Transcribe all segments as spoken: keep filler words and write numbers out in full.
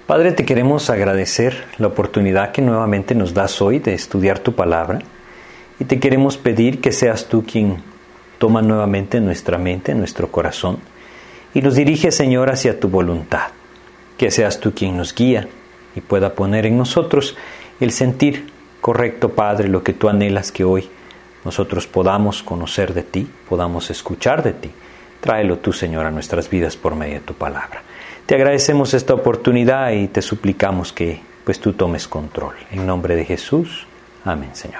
Padre, te queremos agradecer la oportunidad que nuevamente nos das hoy de estudiar tu palabra y te queremos pedir que seas tú quien toma nuevamente nuestra mente, nuestro corazón y nos dirige, Señor, hacia tu voluntad. Que seas tú quien nos guía y pueda poner en nosotros el sentir correcto, Padre, lo que tú anhelas que hoy nosotros podamos conocer de ti, podamos escuchar de ti. Tráelo tú, Señor, a nuestras vidas por medio de tu palabra. Te agradecemos esta oportunidad y te suplicamos que pues tú tomes control. En nombre de Jesús. Amén, Señor.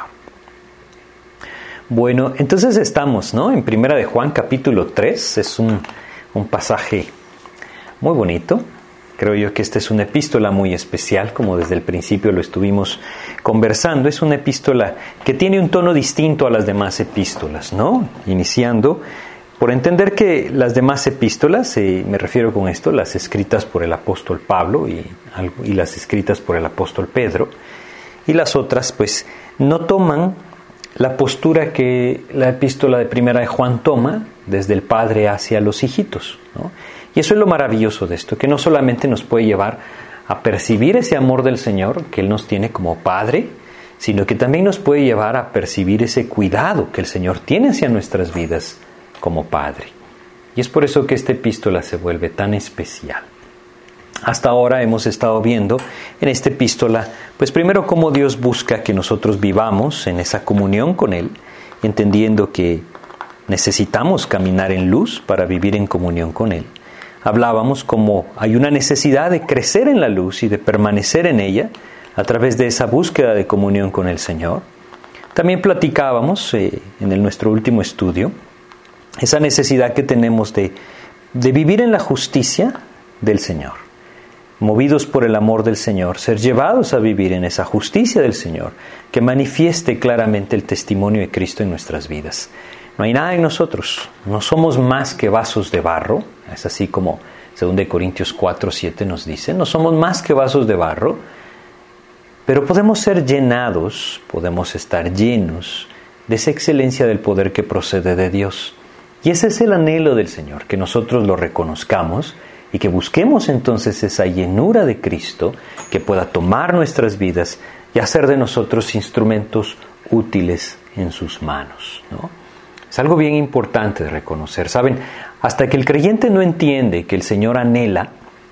Bueno, entonces estamos, ¿no? En Primera de Juan, capítulo tres. Es un, un pasaje muy bonito. Creo yo que esta es una epístola muy especial, como desde el principio lo estuvimos conversando. Es una epístola que tiene un tono distinto a las demás epístolas, ¿no? Iniciando por entender que las demás epístolas, eh, me refiero con esto, las escritas por el apóstol Pablo y, y las escritas por el apóstol Pedro, y las otras, pues, no toman la postura que la epístola de Primera de Juan toma desde el padre hacia los hijitos, ¿no? Y eso es lo maravilloso de esto, que no solamente nos puede llevar a percibir ese amor del Señor que Él nos tiene como Padre, sino que también nos puede llevar a percibir ese cuidado que el Señor tiene hacia nuestras vidas como Padre. Y es por eso que esta epístola se vuelve tan especial. Hasta ahora hemos estado viendo en esta epístola, pues primero cómo Dios busca que nosotros vivamos en esa comunión con Él, entendiendo que necesitamos caminar en luz para vivir en comunión con Él. Hablábamos cómo hay una necesidad de crecer en la luz y de permanecer en ella a través de esa búsqueda de comunión con el Señor. También platicábamos eh, en el, nuestro último estudio esa necesidad que tenemos de, de vivir en la justicia del Señor, movidos por el amor del Señor, ser llevados a vivir en esa justicia del Señor, que manifieste claramente el testimonio de Cristo en nuestras vidas. No hay nada en nosotros, no somos más que vasos de barro, es así como según Corintios cuatro siete nos dice, no somos más que vasos de barro, pero podemos ser llenados, podemos estar llenos de esa excelencia del poder que procede de Dios. Y ese es el anhelo del Señor, que nosotros lo reconozcamos y que busquemos entonces esa llenura de Cristo que pueda tomar nuestras vidas y hacer de nosotros instrumentos útiles en sus manos, ¿no? Es algo bien importante de reconocer. ¿Saben? Hasta que el creyente no entiende que el Señor anhela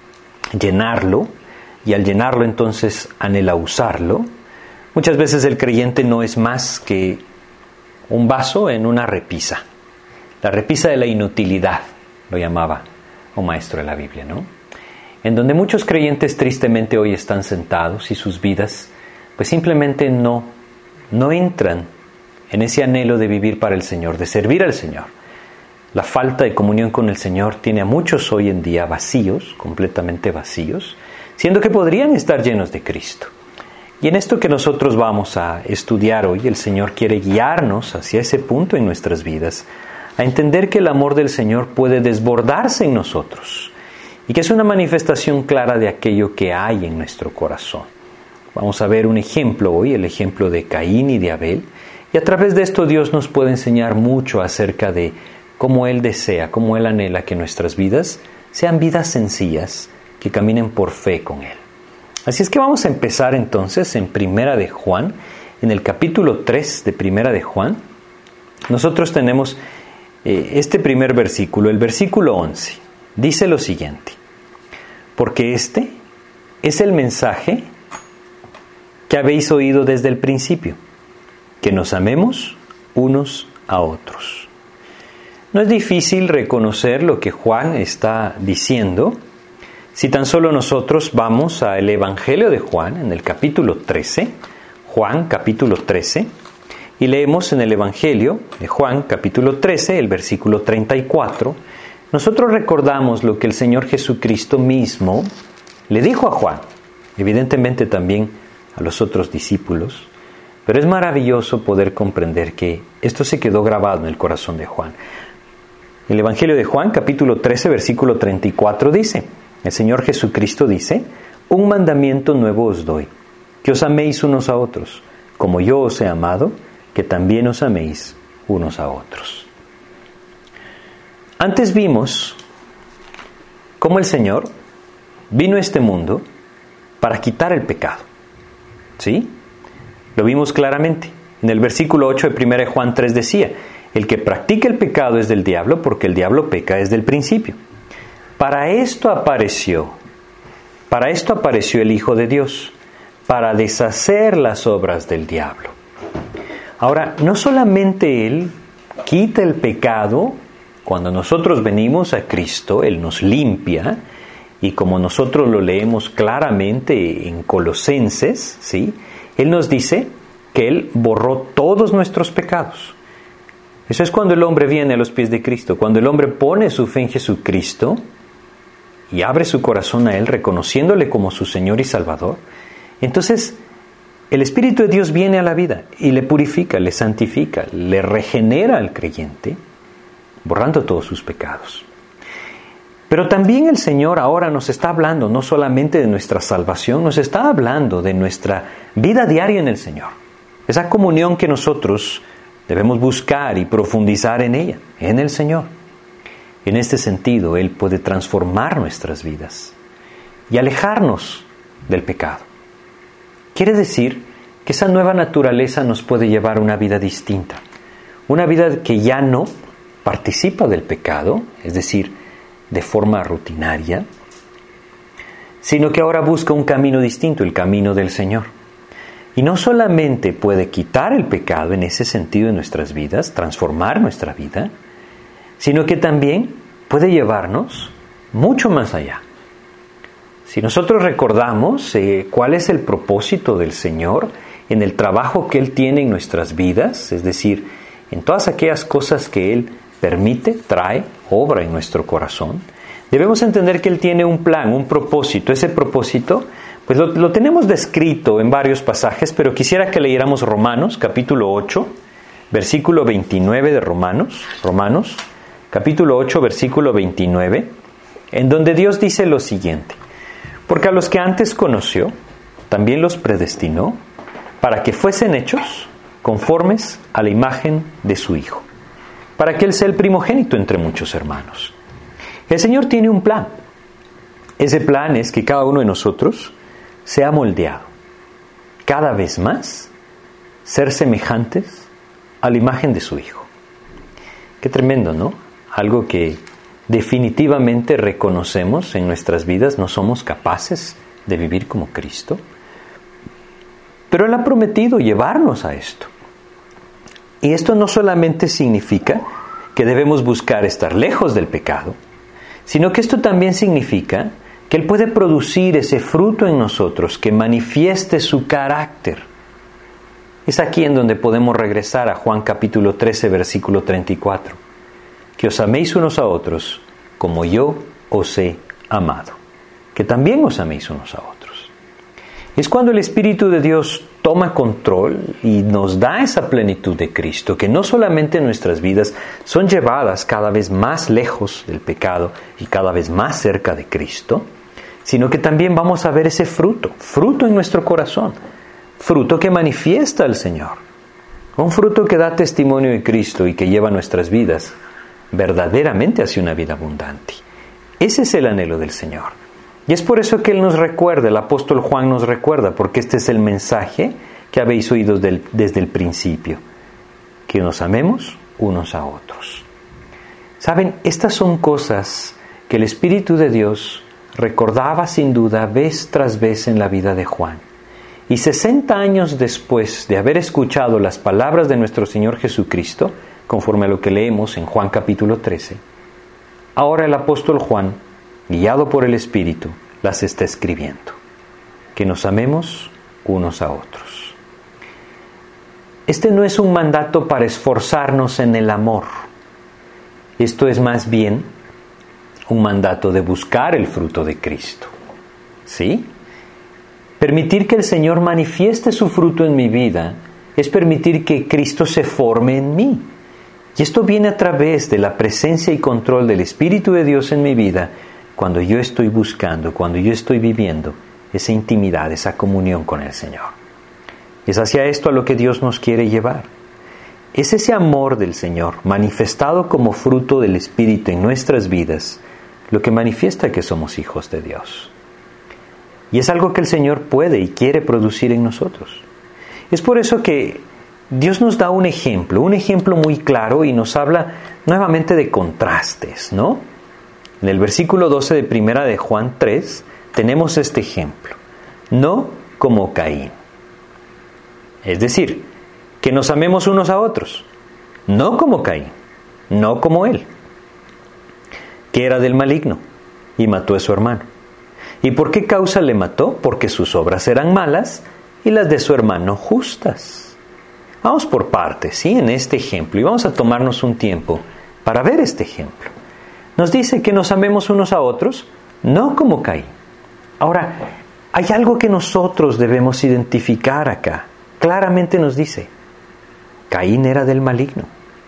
llenarlo y al llenarlo entonces anhela usarlo, muchas veces el creyente no es más que un vaso en una repisa. La repisa de la inutilidad, lo llamaba un maestro de la Biblia, ¿no? En donde muchos creyentes tristemente hoy están sentados y sus vidas pues simplemente no, no entran en ese anhelo de vivir para el Señor, de servir al Señor. La falta de comunión con el Señor tiene a muchos hoy en día vacíos, completamente vacíos, siendo que podrían estar llenos de Cristo. Y en esto que nosotros vamos a estudiar hoy, el Señor quiere guiarnos hacia ese punto en nuestras vidas, a entender que el amor del Señor puede desbordarse en nosotros y que es una manifestación clara de aquello que hay en nuestro corazón. Vamos a ver un ejemplo hoy, el ejemplo de Caín y de Abel, y a través de esto Dios nos puede enseñar mucho acerca de cómo Él desea, cómo Él anhela que nuestras vidas sean vidas sencillas, que caminen por fe con Él. Así es que vamos a empezar entonces en Primera de Juan, en el capítulo tres de Primera de Juan. Nosotros tenemos eh, este primer versículo, el versículo once, dice lo siguiente: porque este es el mensaje que habéis oído desde el principio, que nos amemos unos a otros. No es difícil reconocer lo que Juan está diciendo si tan solo nosotros vamos al Evangelio de Juan, en el capítulo trece, Juan capítulo trece, y leemos en el Evangelio de Juan capítulo trece, el versículo treinta y cuatro, nosotros recordamos lo que el Señor Jesucristo mismo le dijo a Juan, evidentemente también a los otros discípulos, pero es maravilloso poder comprender que esto se quedó grabado en el corazón de Juan. El Evangelio de Juan, capítulo trece, versículo treinta y cuatro dice, el Señor Jesucristo dice, un mandamiento nuevo os doy, que os améis unos a otros, como yo os he amado, que también os améis unos a otros. Antes vimos cómo el Señor vino a este mundo para quitar el pecado. ¿Sí? Lo vimos claramente. En el versículo ocho de primera de Juan tres decía, el que practica el pecado es del diablo, porque el diablo peca desde el principio. Para esto apareció, para esto apareció el Hijo de Dios, para deshacer las obras del diablo. Ahora, no solamente Él quita el pecado, cuando nosotros venimos a Cristo, Él nos limpia, y como nosotros lo leemos claramente en Colosenses, ¿sí? Él nos dice que Él borró todos nuestros pecados. Eso es cuando el hombre viene a los pies de Cristo, cuando el hombre pone su fe en Jesucristo y abre su corazón a Él, reconociéndole como su Señor y Salvador. Entonces, el Espíritu de Dios viene a la vida y le purifica, le santifica, le regenera al creyente, borrando todos sus pecados. Pero también el Señor ahora nos está hablando no solamente de nuestra salvación, nos está hablando de nuestra vida diaria en el Señor. Esa comunión que nosotros debemos buscar y profundizar en ella, en el Señor. En este sentido, Él puede transformar nuestras vidas y alejarnos del pecado. Quiere decir que esa nueva naturaleza nos puede llevar a una vida distinta. Una vida que ya no participa del pecado, es decir, de forma rutinaria, sino que ahora busca un camino distinto, el camino del Señor. Y no solamente puede quitar el pecado en ese sentido en nuestras vidas, transformar nuestra vida, sino que también puede llevarnos mucho más allá. Si nosotros recordamos eh, cuál es el propósito del Señor en el trabajo que Él tiene en nuestras vidas, es decir, en todas aquellas cosas que Él permite, trae, obra en nuestro corazón, debemos entender que Él tiene un plan, un propósito. Ese propósito, pues lo, lo tenemos descrito en varios pasajes, pero quisiera que leyéramos Romanos, capítulo ocho, versículo veintinueve de Romanos, Romanos, capítulo ocho, versículo veintinueve, en donde Dios dice lo siguiente: porque a los que antes conoció, también los predestinó, para que fuesen hechos conformes a la imagen de su Hijo, para que Él sea el primogénito entre muchos hermanos. El Señor tiene un plan. Ese plan es que cada uno de nosotros sea moldeado, cada vez más, ser semejantes a la imagen de su Hijo. Qué tremendo, ¿no? Algo que definitivamente reconocemos en nuestras vidas, no somos capaces de vivir como Cristo. Pero Él ha prometido llevarnos a esto. Y esto no solamente significa que debemos buscar estar lejos del pecado, sino que esto también significa que Él puede producir ese fruto en nosotros que manifieste su carácter. Es aquí en donde podemos regresar a Juan capítulo trece, versículo treinta y cuatro. Que os améis unos a otros como yo os he amado. Que también os améis unos a otros. Es cuando el Espíritu de Dios toma control y nos da esa plenitud de Cristo, que no solamente nuestras vidas son llevadas cada vez más lejos del pecado y cada vez más cerca de Cristo, sino que también vamos a ver ese fruto, fruto en nuestro corazón, fruto que manifiesta al Señor, un fruto que da testimonio de Cristo y que lleva nuestras vidas verdaderamente hacia una vida abundante. Ese es el anhelo del Señor. Y es por eso que Él nos recuerda, el apóstol Juan nos recuerda, porque este es el mensaje que habéis oído del, desde el principio, que nos amemos unos a otros. Saben, estas son cosas que el Espíritu de Dios recordaba sin duda vez tras vez en la vida de Juan. Y sesenta años después de haber escuchado las palabras de nuestro Señor Jesucristo, conforme a lo que leemos en Juan capítulo trece, ahora el apóstol Juan, guiado por el Espíritu, las está escribiendo. Que nos amemos unos a otros. Este no es un mandato para esforzarnos en el amor. Esto es más bien un mandato de buscar el fruto de Cristo. ¿Sí? Permitir que el Señor manifieste su fruto en mi vida es permitir que Cristo se forme en mí. Y esto viene a través de la presencia y control del Espíritu de Dios en mi vida, cuando yo estoy buscando, cuando yo estoy viviendo esa intimidad, esa comunión con el Señor. Es hacia esto a lo que Dios nos quiere llevar. Es ese amor del Señor, manifestado como fruto del Espíritu en nuestras vidas, lo que manifiesta que somos hijos de Dios. Y es algo que el Señor puede y quiere producir en nosotros. Es por eso que Dios nos da un ejemplo, un ejemplo muy claro y nos habla nuevamente de contrastes, ¿no? En el versículo doce de primera de Juan tres tenemos este ejemplo. No como Caín. Es decir, que nos amemos unos a otros. No como Caín, no como él, que era del maligno y mató a su hermano. ¿Y por qué causa le mató? Porque sus obras eran malas y las de su hermano justas. Vamos por partes, ¿sí? En este ejemplo, y vamos a tomarnos un tiempo para ver este ejemplo. Nos dice que nos amemos unos a otros, no como Caín. Ahora, hay algo que nosotros debemos identificar acá. Claramente nos dice, Caín era del maligno.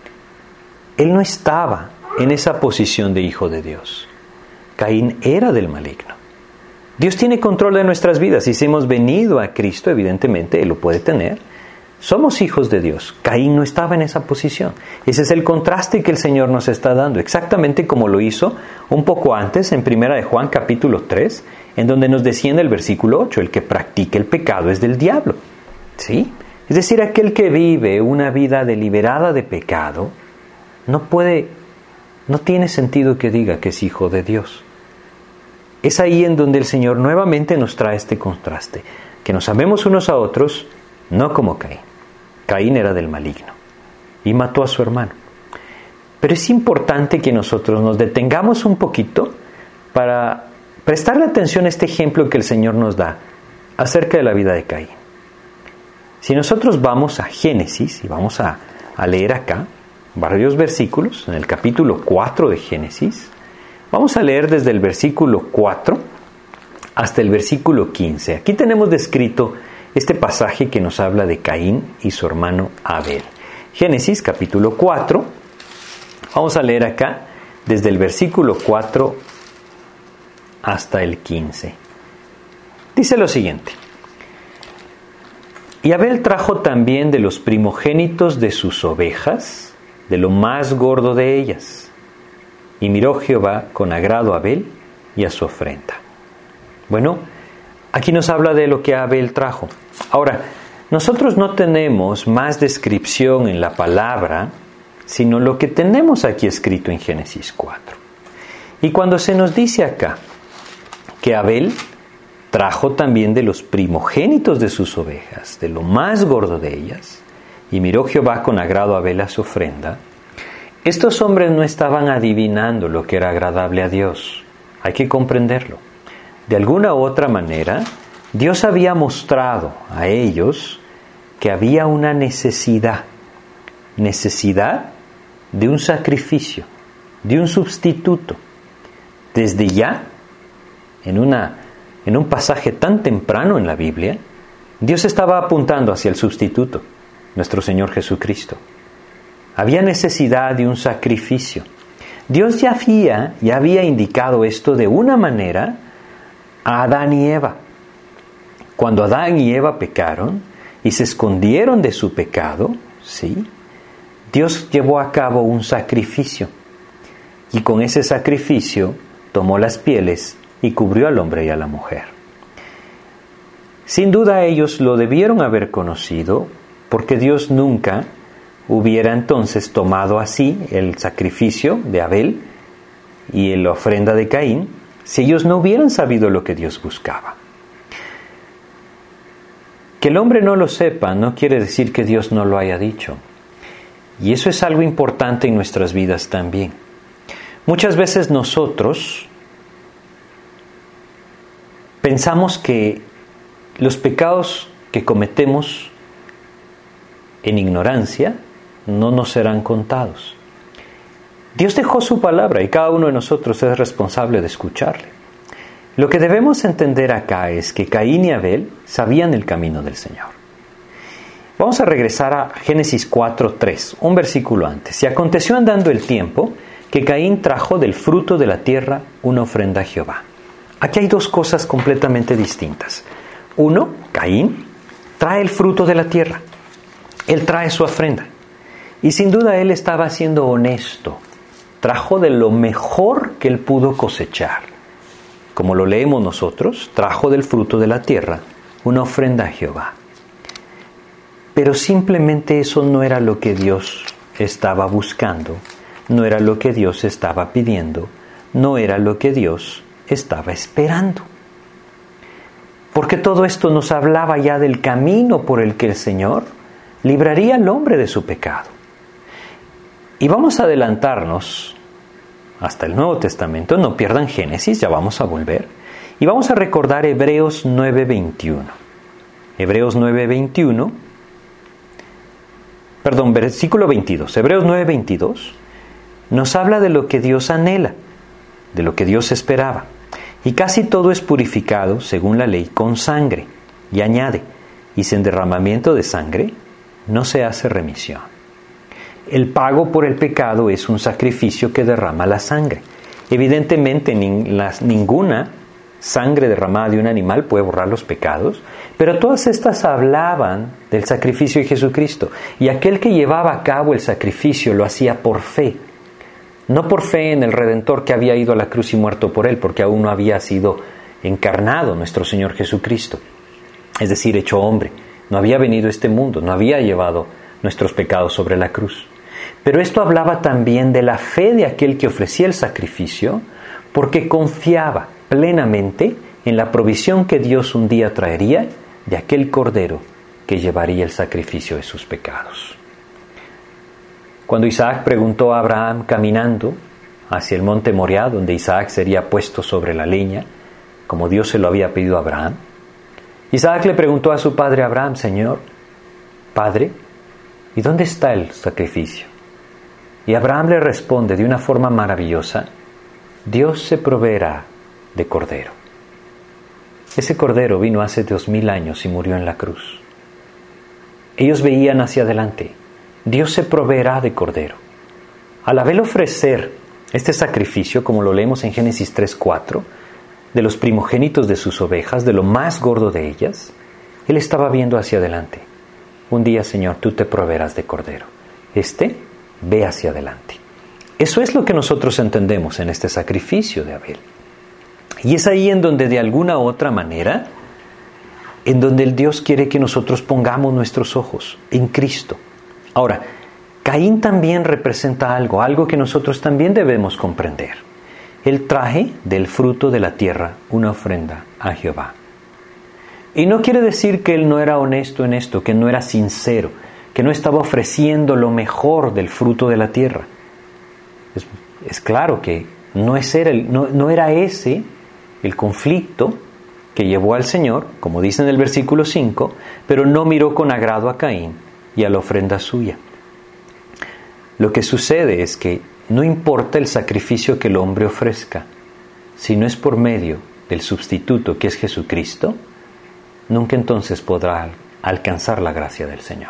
Él no estaba en esa posición de hijo de Dios. Caín era del maligno. Dios tiene control de nuestras vidas y si hemos venido a Cristo, evidentemente, Él lo puede tener. Somos hijos de Dios. Caín no estaba en esa posición. Ese es el contraste que el Señor nos está dando, exactamente como lo hizo un poco antes en primera de Juan capítulo tres, en donde nos decía en el versículo ocho, el que practica el pecado es del diablo. ¿Sí? Es decir, aquel que vive una vida deliberada de pecado, no puede, no tiene sentido que diga que es hijo de Dios. Es ahí en donde el Señor nuevamente nos trae este contraste, que nos amemos unos a otros, no como Caín. Caín era del maligno y mató a su hermano. Pero es importante que nosotros nos detengamos un poquito para prestarle atención a este ejemplo que el Señor nos da acerca de la vida de Caín. Si nosotros vamos a Génesis y vamos a, a leer acá varios versículos, en el capítulo cuatro de Génesis, vamos a leer desde el versículo cuatro hasta el versículo quince. Aquí tenemos descrito este pasaje que nos habla de Caín y su hermano Abel. Génesis capítulo cuatro, vamos a leer acá desde el versículo cuatro hasta el quince. Dice lo siguiente. Y Abel trajo también de los primogénitos de sus ovejas, de lo más gordo de ellas. Y miró Jehová con agrado a Abel y a su ofrenda. Bueno, aquí nos habla de lo que Abel trajo. Ahora, nosotros no tenemos más descripción en la palabra, sino lo que tenemos aquí escrito en Génesis cuatro. Y cuando se nos dice acá que Abel trajo también de los primogénitos de sus ovejas, de lo más gordo de ellas, y miró Jehová con agrado a Abel a su ofrenda, estos hombres no estaban adivinando lo que era agradable a Dios. Hay que comprenderlo. De alguna u otra manera, Dios había mostrado a ellos que había una necesidad, necesidad de un sacrificio, de un sustituto. Desde ya, en, una, en un pasaje tan temprano en la Biblia, Dios estaba apuntando hacia el sustituto, nuestro Señor Jesucristo. Había necesidad de un sacrificio. Dios ya había, ya había indicado esto de una manera a Adán y Eva. Cuando Adán y Eva pecaron y se escondieron de su pecado, ¿sí? Dios llevó a cabo un sacrificio. Y con ese sacrificio tomó las pieles y cubrió al hombre y a la mujer. Sin duda ellos lo debieron haber conocido, porque Dios nunca hubiera entonces tomado así el sacrificio de Abel y la ofrenda de Caín, si ellos no hubieran sabido lo que Dios buscaba. Que el hombre no lo sepa no quiere decir que Dios no lo haya dicho. Y eso es algo importante en nuestras vidas también. Muchas veces nosotros pensamos que los pecados que cometemos en ignorancia no nos serán contados. Dios dejó su palabra y cada uno de nosotros es responsable de escucharle. Lo que debemos entender acá es que Caín y Abel sabían el camino del Señor. Vamos a regresar a Génesis cuatro tres, un versículo antes. Y aconteció andando el tiempo que Caín trajo del fruto de la tierra una ofrenda a Jehová. Aquí hay dos cosas completamente distintas. Uno, Caín trae el fruto de la tierra. Él trae su ofrenda. Y sin duda él estaba siendo honesto. Trajo de lo mejor que él pudo cosechar. como lo leemos nosotros, trajo del fruto de la tierra una ofrenda a Jehová. Pero simplemente eso no era lo que Dios estaba buscando, no era lo que Dios estaba pidiendo, no era lo que Dios estaba esperando. Porque todo esto nos hablaba ya del camino por el que el Señor libraría al hombre de su pecado. Y vamos a adelantarnos hasta el Nuevo Testamento, no pierdan Génesis, ya vamos a volver. Y vamos a recordar Hebreos nueve veintiuno. Hebreos nueve veintiuno, perdón, versículo veintidós. Hebreos nueve veintidós nos habla de lo que Dios anhela, de lo que Dios esperaba. Y casi todo es purificado, según la ley, con sangre. Y añade, y sin derramamiento de sangre no se hace remisión. El pago por el pecado es un sacrificio que derrama la sangre. Evidentemente, nin, las, ninguna sangre derramada de un animal puede borrar los pecados, pero todas estas hablaban del sacrificio de Jesucristo. Y aquel que llevaba a cabo el sacrificio lo hacía por fe. No por fe en el Redentor que había ido a la cruz y muerto por él, porque aún no había sido encarnado nuestro Señor Jesucristo, es decir, hecho hombre. No había venido a este mundo, no había llevado nuestros pecados sobre la cruz. Pero esto hablaba también de la fe de aquel que ofrecía el sacrificio, porque confiaba plenamente en la provisión que Dios un día traería de aquel cordero que llevaría el sacrificio de sus pecados. Cuando Isaac preguntó a Abraham caminando hacia el monte Moriah, donde Isaac sería puesto sobre la leña, como Dios se lo había pedido a Abraham, Isaac le preguntó a su padre Abraham: Señor, Padre, ¿y dónde está el sacrificio? Y Abraham le responde de una forma maravillosa: Dios se proveerá de cordero. Ese cordero vino hace dos mil años y murió en la cruz. Ellos veían hacia adelante. Dios se proveerá de cordero. Al haber ofrecer este sacrificio, como lo leemos en Génesis tres cuatro, de los primogénitos de sus ovejas, de lo más gordo de ellas, él estaba viendo hacia adelante. Un día, Señor, tú te proveerás de cordero. Este, ve hacia adelante. Eso es lo que nosotros entendemos en este sacrificio de Abel. Y es ahí en donde, de alguna u otra manera, en donde el Dios quiere que nosotros pongamos nuestros ojos en Cristo. Ahora, Caín también representa algo, algo que nosotros también debemos comprender. Él traje del fruto de la tierra una ofrenda a Jehová. Y no quiere decir que él no era honesto en esto, que no era sincero, que no estaba ofreciendo lo mejor del fruto de la tierra. Es, es claro que no, es era el, no, no era ese el conflicto que llevó al Señor, como dice en el versículo cinco, pero no miró con agrado a Caín y a la ofrenda suya. Lo que sucede es que no importa el sacrificio que el hombre ofrezca, si no es por medio del sustituto que es Jesucristo, nunca entonces podrá alcanzar la gracia del Señor.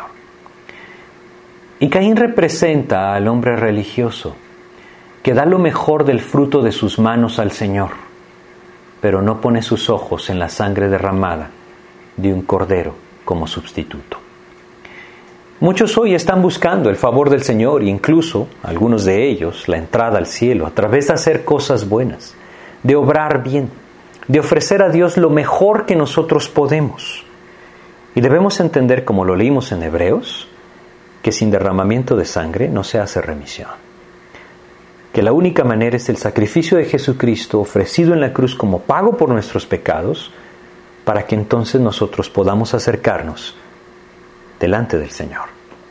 Y Caín representa al hombre religioso, que da lo mejor del fruto de sus manos al Señor, pero no pone sus ojos en la sangre derramada de un cordero como sustituto. Muchos hoy están buscando el favor del Señor, e incluso, algunos de ellos, la entrada al cielo, a través de hacer cosas buenas, de obrar bien, de ofrecer a Dios lo mejor que nosotros podemos. Y debemos entender, como lo leímos en Hebreos, que sin derramamiento de sangre no se hace remisión. Que la única manera es el sacrificio de Jesucristo ofrecido en la cruz como pago por nuestros pecados, para que entonces nosotros podamos acercarnos delante del Señor.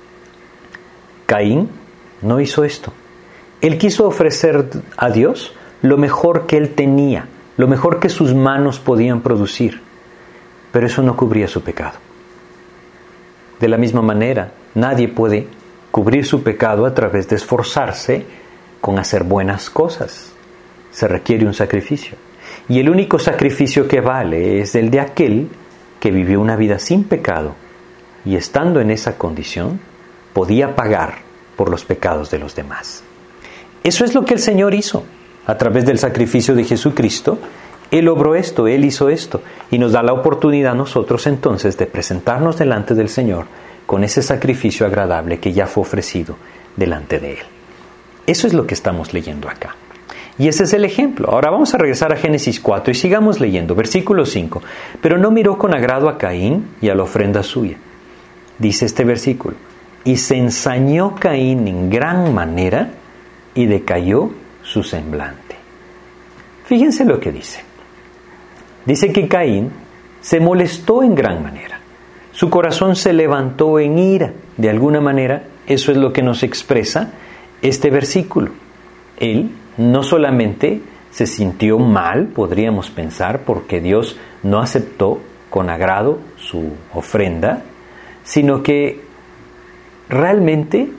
Caín no hizo esto. Él quiso ofrecer a Dios lo mejor que él tenía, lo mejor que sus manos podían producir, pero eso no cubría su pecado. De la misma manera, nadie puede cubrir su pecado a través de esforzarse con hacer buenas cosas. Se requiere un sacrificio. Y el único sacrificio que vale es el de aquel que vivió una vida sin pecado, y estando en esa condición, podía pagar por los pecados de los demás. Eso es lo que el Señor hizo. A través del sacrificio de Jesucristo, Él obró esto, Él hizo esto, y nos da la oportunidad a nosotros entonces de presentarnos delante del Señor con ese sacrificio agradable que ya fue ofrecido delante de Él. Eso es lo que estamos leyendo acá. Y ese es el ejemplo. Ahora vamos a regresar a Génesis cuatro y sigamos leyendo. Versículo cinco. Pero no miró con agrado a Caín y a la ofrenda suya. Dice este versículo. Y se ensañó Caín en gran manera y decayó su semblante. Fíjense lo que dice. Dice que Caín se molestó en gran manera. Su corazón se levantó en ira. De alguna manera, eso es lo que nos expresa este versículo. Él no solamente se sintió mal, podríamos pensar, porque Dios no aceptó con agrado su ofrenda, sino que realmente,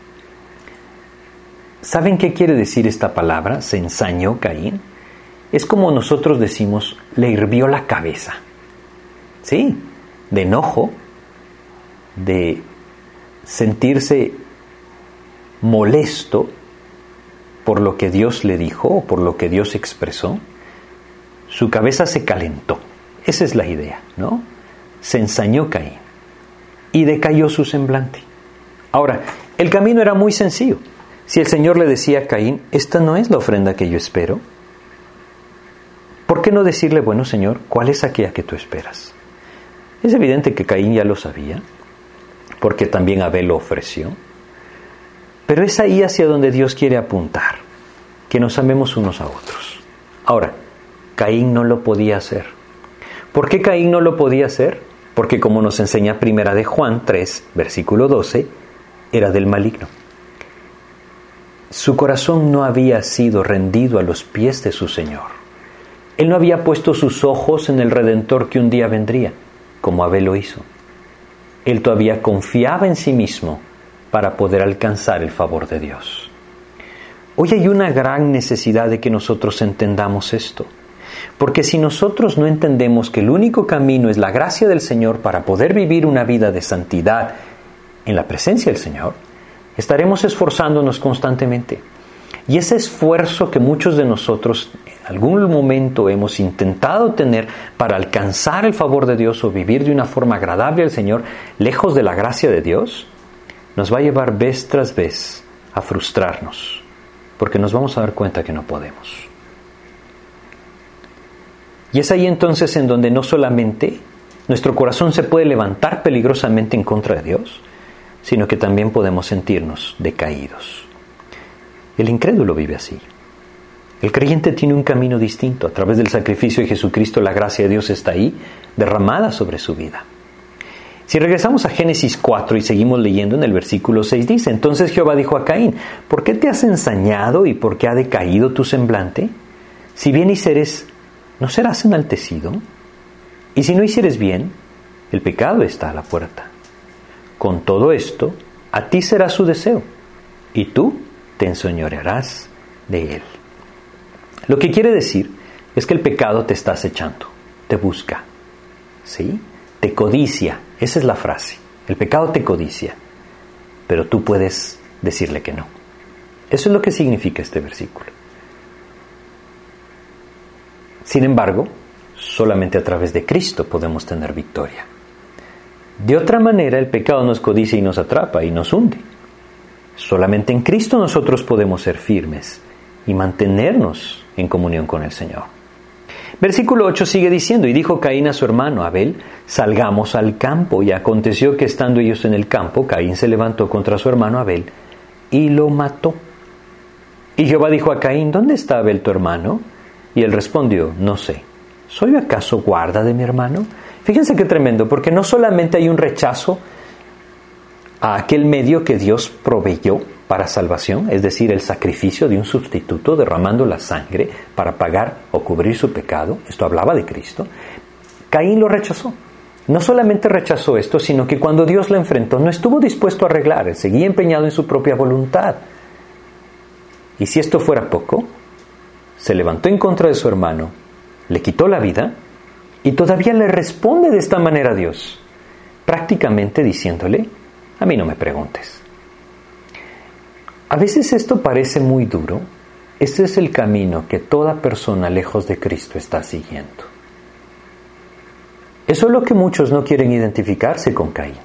¿saben qué quiere decir esta palabra? Se ensañó Caín. Es como nosotros decimos, le hirvió la cabeza. Sí, de enojo, de sentirse molesto por lo que Dios le dijo o por lo que Dios expresó. Su cabeza se calentó. Esa es la idea, ¿no? Se ensañó Caín y decayó su semblante. Ahora, el camino era muy sencillo. Si el Señor le decía a Caín, esta no es la ofrenda que yo espero, ¿por qué no decirle, bueno, Señor, cuál es aquella que tú esperas? Es evidente que Caín ya lo sabía, porque también Abel lo ofreció. Pero es ahí hacia donde Dios quiere apuntar, que nos amemos unos a otros. Ahora, Caín no lo podía hacer. ¿Por qué Caín no lo podía hacer? Porque como nos enseña Primera de Juan tres, versículo doce, era del maligno. Su corazón no había sido rendido a los pies de su Señor. Él no había puesto sus ojos en el Redentor que un día vendría, como Abel lo hizo. Él todavía confiaba en sí mismo para poder alcanzar el favor de Dios. Hoy hay una gran necesidad de que nosotros entendamos esto, porque si nosotros no entendemos que el único camino es la gracia del Señor para poder vivir una vida de santidad en la presencia del Señor, estaremos esforzándonos constantemente. Y ese esfuerzo que muchos de nosotros en algún momento hemos intentado tener para alcanzar el favor de Dios o vivir de una forma agradable al Señor, lejos de la gracia de Dios, nos va a llevar vez tras vez a frustrarnos, porque nos vamos a dar cuenta que no podemos. Y es ahí entonces en donde no solamente nuestro corazón se puede levantar peligrosamente en contra de Dios, sino que también podemos sentirnos decaídos. El incrédulo vive así. El creyente tiene un camino distinto. A través del sacrificio de Jesucristo, la gracia de Dios está ahí, derramada sobre su vida. Si regresamos a Génesis cuatro y seguimos leyendo en el versículo seis, dice, entonces Jehová dijo a Caín, ¿por qué te has ensañado y por qué ha decaído tu semblante? Si bien hicieres, ¿no serás enaltecido? Y si no hicieres bien, el pecado está a la puerta. Con todo esto, a ti será su deseo, y tú te enseñorearás de él. Lo que quiere decir es que el pecado te está acechando, te busca, ¿sí? Te codicia, esa es la frase. El pecado te codicia, pero tú puedes decirle que no. Eso es lo que significa este versículo. Sin embargo, solamente a través de Cristo podemos tener victoria. De otra manera, el pecado nos codicia y nos atrapa y nos hunde. Solamente en Cristo nosotros podemos ser firmes y mantenernos en comunión con el Señor. Versículo ocho sigue diciendo, y dijo Caín a su hermano Abel, salgamos al campo. Y aconteció que estando ellos en el campo, Caín se levantó contra su hermano Abel y lo mató. Y Jehová dijo a Caín, ¿dónde está Abel tu hermano? Y él respondió, no sé, ¿soy acaso guarda de mi hermano? Fíjense qué tremendo, porque no solamente hay un rechazo a aquel medio que Dios proveyó para salvación, es decir, el sacrificio de un sustituto derramando la sangre para pagar o cubrir su pecado, esto hablaba de Cristo. Caín lo rechazó. No solamente rechazó esto, sino que cuando Dios lo enfrentó no estuvo dispuesto a arreglar, él seguía empeñado en su propia voluntad. Y si esto fuera poco, se levantó en contra de su hermano, le quitó la vida y todavía le responde de esta manera a Dios, prácticamente diciéndole, a mí no me preguntes. A veces esto parece muy duro. Este es el camino que toda persona lejos de Cristo está siguiendo. Eso es lo que muchos no quieren identificarse con Caín.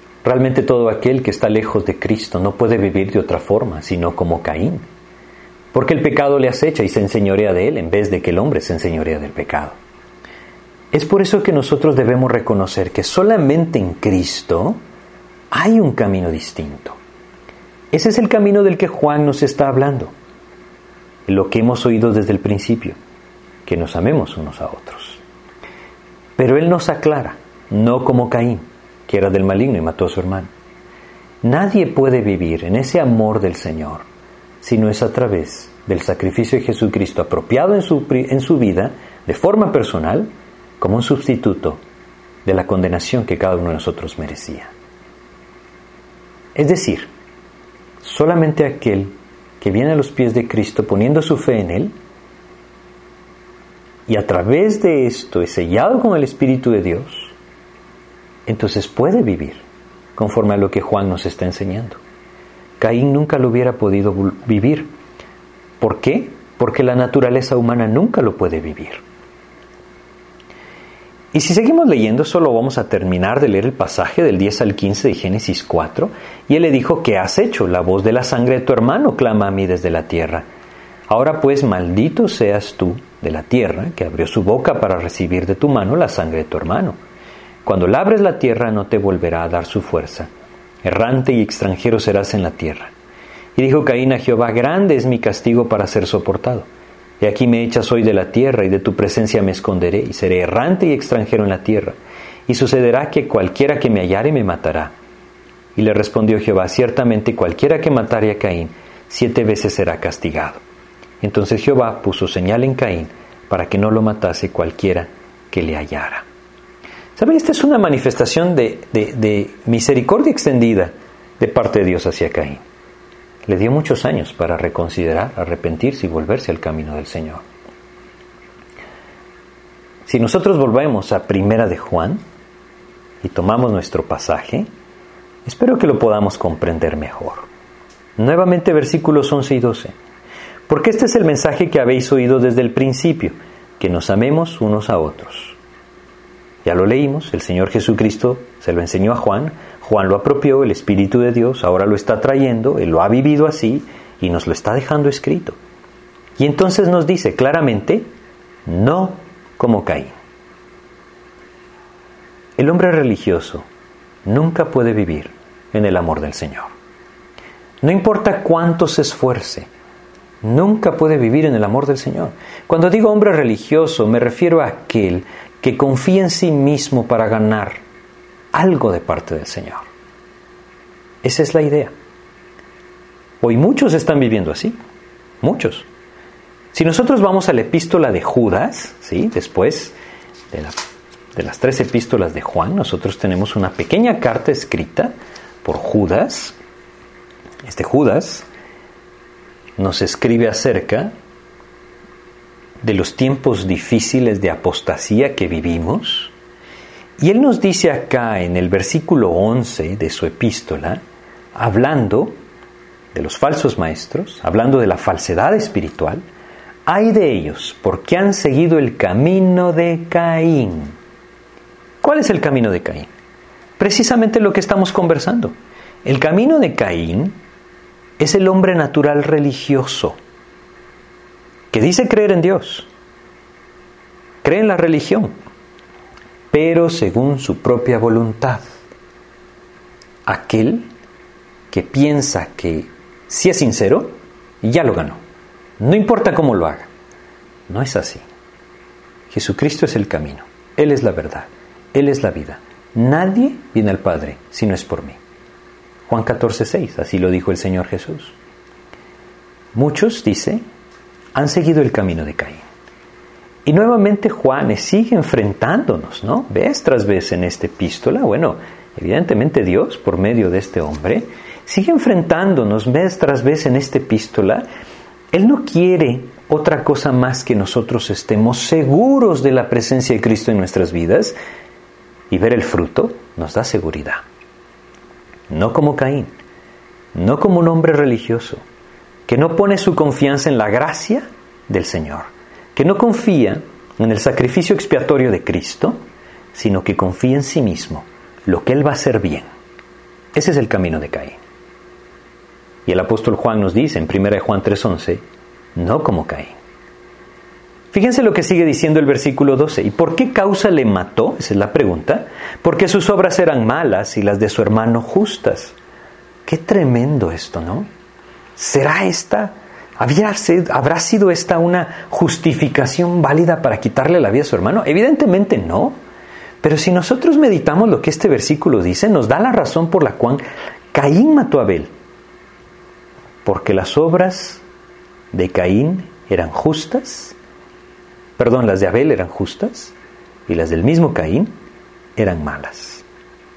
Realmente todo aquel que está lejos de Cristo no puede vivir de otra forma, sino como Caín. porque el pecado le acecha y se enseñorea de él en vez de que el hombre se enseñorea del pecado. Es por eso que nosotros debemos reconocer que solamente en Cristo hay un camino distinto. Ese es el camino del que Juan nos está hablando. Lo que hemos oído desde el principio, que nos amemos unos a otros. Pero él nos aclara, no como Caín, que era del maligno y mató a su hermano. Nadie puede vivir en ese amor del Señor si no es a través del sacrificio de Jesucristo apropiado en su, en su vida, de forma personal, como un sustituto de la condenación que cada uno de nosotros merecía. Es decir, solamente aquel que viene a los pies de Cristo poniendo su fe en Él, y a través de esto es sellado con el Espíritu de Dios, entonces puede vivir conforme a lo que Juan nos está enseñando. Caín nunca lo hubiera podido vivir. ¿Por qué? Porque la naturaleza humana nunca lo puede vivir. Y si seguimos leyendo, solo vamos a terminar de leer el pasaje del diez al quince de Génesis cuatro. Y él le dijo: ¿qué has hecho? La voz de la sangre de tu hermano clama a mí desde la tierra. Ahora pues, maldito seas tú de la tierra, que abrió su boca para recibir de tu mano la sangre de tu hermano. Cuando labres la tierra, no te volverá a dar su fuerza. Errante y extranjero serás en la tierra. Y dijo Caín a Jehová: grande es mi castigo para ser soportado. Y aquí me echas hoy de la tierra, y de tu presencia me esconderé, y seré errante y extranjero en la tierra. Y sucederá que cualquiera que me hallare me matará. Y le respondió Jehová: ciertamente cualquiera que matare a Caín, siete veces será castigado. Entonces Jehová puso señal en Caín, para que no lo matase cualquiera que le hallara. ¿Saben? Esta es una manifestación de, de, de misericordia extendida de parte de Dios hacia Caín. Le dio muchos años para reconsiderar, arrepentirse y volverse al camino del Señor. Si nosotros volvemos a Primera de Juan y tomamos nuestro pasaje, espero que lo podamos comprender mejor. Nuevamente versículos once y doce. Porque este es el mensaje que habéis oído desde el principio, que nos amemos unos a otros. Ya lo leímos, el Señor Jesucristo se lo enseñó a Juan, Juan lo apropió, el Espíritu de Dios ahora lo está trayendo, Él lo ha vivido así y nos lo está dejando escrito. Y entonces nos dice claramente: no como Caín. El hombre religioso nunca puede vivir en el amor del Señor. No importa cuánto se esfuerce, nunca puede vivir en el amor del Señor. Cuando digo hombre religioso, me refiero a aquel que confía en sí mismo para ganar algo de parte del Señor. Esa es la idea. Hoy muchos están viviendo así. Muchos. Si nosotros vamos a la epístola de Judas, ¿sí? Después de, la, de las tres epístolas de Juan, nosotros tenemos una pequeña carta escrita por Judas. Este Judas nos escribe acerca de los tiempos difíciles de apostasía que vivimos. Y él nos dice acá en el versículo once de su epístola, hablando de los falsos maestros, hablando de la falsedad espiritual: ¡ay de ellos, porque han seguido el camino de Caín! ¿Cuál es el camino de Caín? Precisamente lo que estamos conversando. El camino de Caín es el hombre natural religioso, que dice creer en Dios, cree en la religión, pero según su propia voluntad. Aquel que piensa que si es sincero, ya lo ganó. No importa cómo lo haga. No es así. Jesucristo es el camino. Él es la verdad. Él es la vida. Nadie viene al Padre si no es por mí. Juan catorce seis, así lo dijo el Señor Jesús. Muchos, dice, han seguido el camino de Caín. Y nuevamente Juan sigue enfrentándonos, ¿no? Vez tras vez en esta epístola. Bueno, evidentemente Dios, por medio de este hombre, sigue enfrentándonos vez tras vez en esta epístola. Él no quiere otra cosa más que nosotros estemos seguros de la presencia de Cristo en nuestras vidas, y ver el fruto nos da seguridad. No como Caín, no como un hombre religioso, que no pone su confianza en la gracia del Señor, que no confía en el sacrificio expiatorio de Cristo, sino que confía en sí mismo, lo que Él va a hacer bien. Ese es el camino de Caín. Y el apóstol Juan nos dice en primera de Juan tres once, no como Caín. Fíjense lo que sigue diciendo el versículo doce. ¿Y por qué causa le mató? Esa es la pregunta. Porque sus obras eran malas y las de su hermano justas. Qué tremendo esto, ¿no? ¿Será esta, había, habrá sido esta una justificación válida para quitarle la vida a su hermano? Evidentemente no. Pero si nosotros meditamos lo que este versículo dice, nos da la razón por la cual Caín mató a Abel. Porque las obras de Caín eran justas, perdón, las de Abel eran justas y las del mismo Caín eran malas.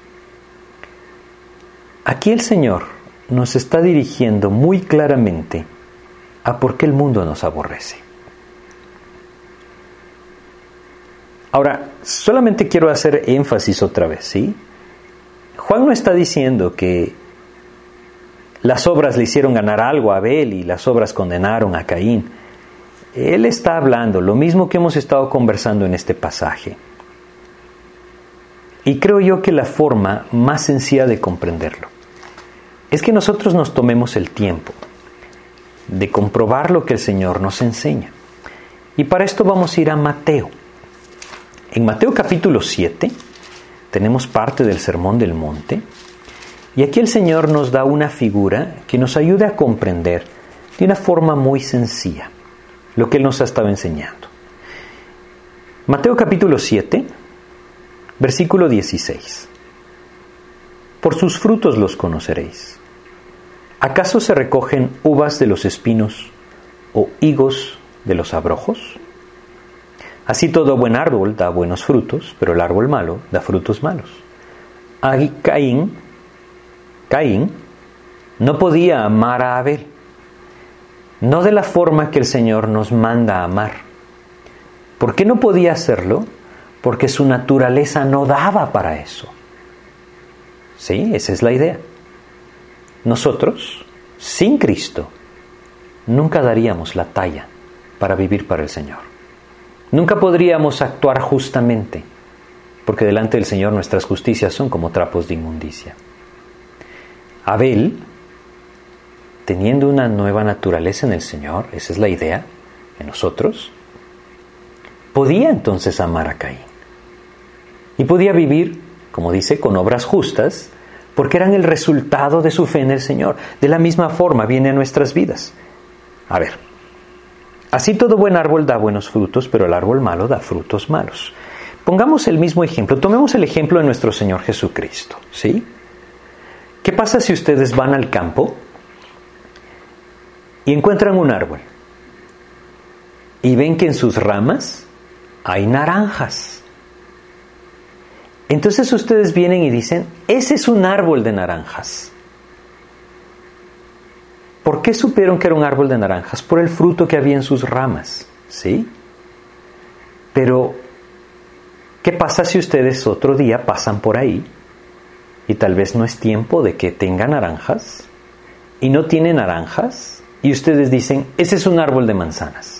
Aquí el Señor nos está dirigiendo muy claramente a por qué el mundo nos aborrece. Ahora, solamente quiero hacer énfasis otra vez, ¿sí? Juan no está diciendo que las obras le hicieron ganar algo a Abel y las obras condenaron a Caín. Él está hablando lo mismo que hemos estado conversando en este pasaje. Y creo yo que la forma más sencilla de comprenderlo es que nosotros nos tomemos el tiempo de comprobar lo que el Señor nos enseña. Y para esto vamos a ir a Mateo. En Mateo capítulo siete tenemos parte del Sermón del Monte y aquí el Señor nos da una figura que nos ayuda a comprender de una forma muy sencilla lo que Él nos ha estado enseñando. Mateo capítulo siete, versículo dieciséis. Por sus frutos los conoceréis. ¿Acaso se recogen uvas de los espinos o higos de los abrojos? Así todo buen árbol da buenos frutos, pero el árbol malo da frutos malos. Ahí Caín, Caín no podía amar a Abel, no de la forma que el Señor nos manda a amar. ¿Por qué no podía hacerlo? Porque su naturaleza no daba para eso. Sí, esa es la idea. Nosotros, sin Cristo, nunca daríamos la talla para vivir para el Señor. Nunca podríamos actuar justamente, porque delante del Señor nuestras justicias son como trapos de inmundicia. Abel, teniendo una nueva naturaleza en el Señor, esa es la idea, en nosotros, podía entonces amar a Caín. Y podía vivir, como dice, con obras justas, porque eran el resultado de su fe en el Señor. De la misma forma viene a nuestras vidas. A ver, así todo buen árbol da buenos frutos, pero el árbol malo da frutos malos. Pongamos el mismo ejemplo, tomemos el ejemplo de nuestro Señor Jesucristo, ¿sí? ¿Qué pasa si ustedes van al campo y encuentran un árbol y ven que en sus ramas hay naranjas? Entonces ustedes vienen y dicen, ese es un árbol de naranjas. ¿Por qué supieron que era un árbol de naranjas? Por el fruto que había en sus ramas, ¿sí? Pero, ¿qué pasa si ustedes otro día pasan por ahí y tal vez no es tiempo de que tenga naranjas y no tiene naranjas y ustedes dicen, ese es un árbol de manzanas?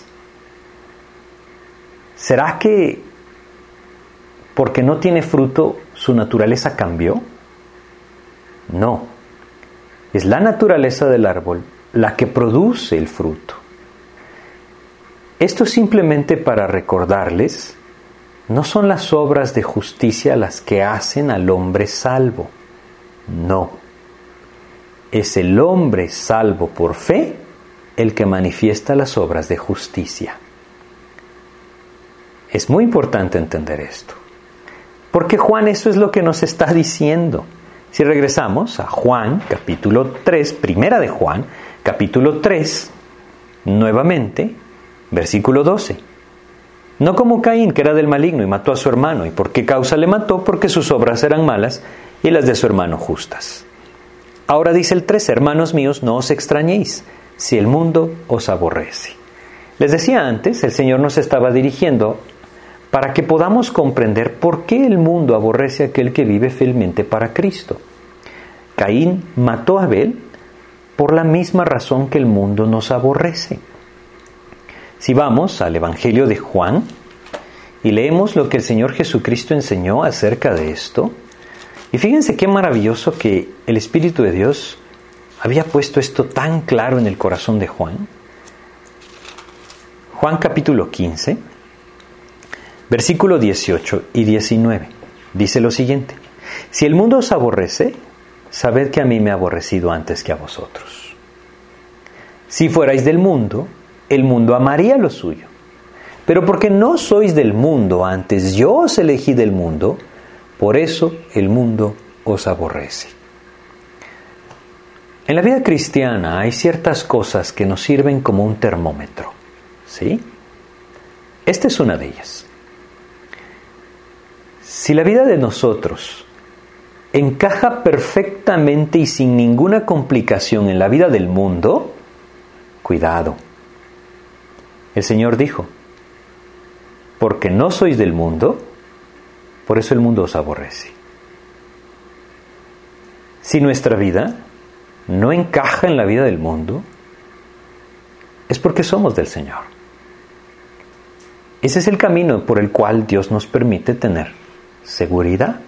¿Será que porque no tiene fruto su naturaleza cambió? No. Es la naturaleza del árbol la que produce el fruto. Esto simplemente para recordarles, no son las obras de justicia las que hacen al hombre salvo. No. Es el hombre salvo por fe el que manifiesta las obras de justicia. Es muy importante entender esto. Porque Juan eso es lo que nos está diciendo. Si regresamos a Juan, capítulo tres, primera de Juan, capítulo tres, nuevamente, versículo doce. No como Caín, que era del maligno y mató a su hermano. ¿Y por qué causa le mató? Porque sus obras eran malas y las de su hermano justas. Ahora dice el tres, hermanos míos, no os extrañéis si el mundo os aborrece. Les decía antes, el Señor nos estaba dirigiendo para que podamos comprender por qué el mundo aborrece a aquel que vive fielmente para Cristo. Caín mató a Abel por la misma razón que el mundo nos aborrece. Si vamos al Evangelio de Juan y leemos lo que el Señor Jesucristo enseñó acerca de esto, y fíjense qué maravilloso que el Espíritu de Dios había puesto esto tan claro en el corazón de Juan. Juan capítulo quince, versículo dieciocho y diecinueve. Dice lo siguiente: si el mundo os aborrece, sabed que a mí me ha aborrecido antes que a vosotros. Si fuerais del mundo, el mundo amaría lo suyo. Pero porque no sois del mundo, antes yo os elegí del mundo, por eso el mundo os aborrece. En la vida cristiana hay ciertas cosas que nos sirven como un termómetro, ¿sí? Esta es una de ellas. Si la vida de nosotros encaja perfectamente y sin ninguna complicación en la vida del mundo, cuidado. El Señor dijo: porque no sois del mundo, por eso el mundo os aborrece. Si nuestra vida no encaja en la vida del mundo, es porque somos del Señor. Ese es el camino por el cual Dios nos permite tener seguridad.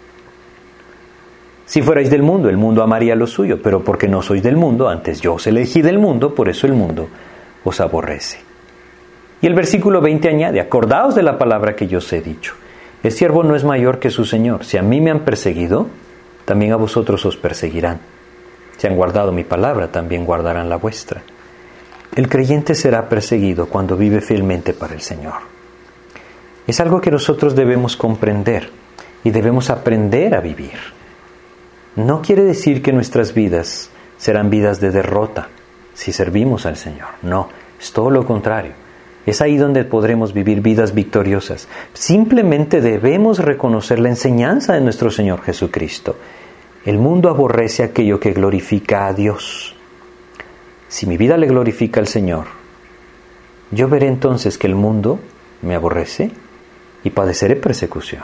Si fuerais del mundo, el mundo amaría lo suyo, pero porque no sois del mundo, antes yo os elegí del mundo, por eso el mundo os aborrece. Y el versículo veinte añade: acordaos de la palabra que yo os he dicho. El siervo no es mayor que su Señor. Si a mí me han perseguido, también a vosotros os perseguirán. Si han guardado mi palabra, también guardarán la vuestra. El creyente será perseguido cuando vive fielmente para el Señor. Es algo que nosotros debemos comprender y debemos aprender a vivir. No quiere decir que nuestras vidas serán vidas de derrota si servimos al Señor. No, es todo lo contrario. Es ahí donde podremos vivir vidas victoriosas. Simplemente debemos reconocer la enseñanza de nuestro Señor Jesucristo. El mundo aborrece aquello que glorifica a Dios. Si mi vida le glorifica al Señor, yo veré entonces que el mundo me aborrece y padeceré persecución.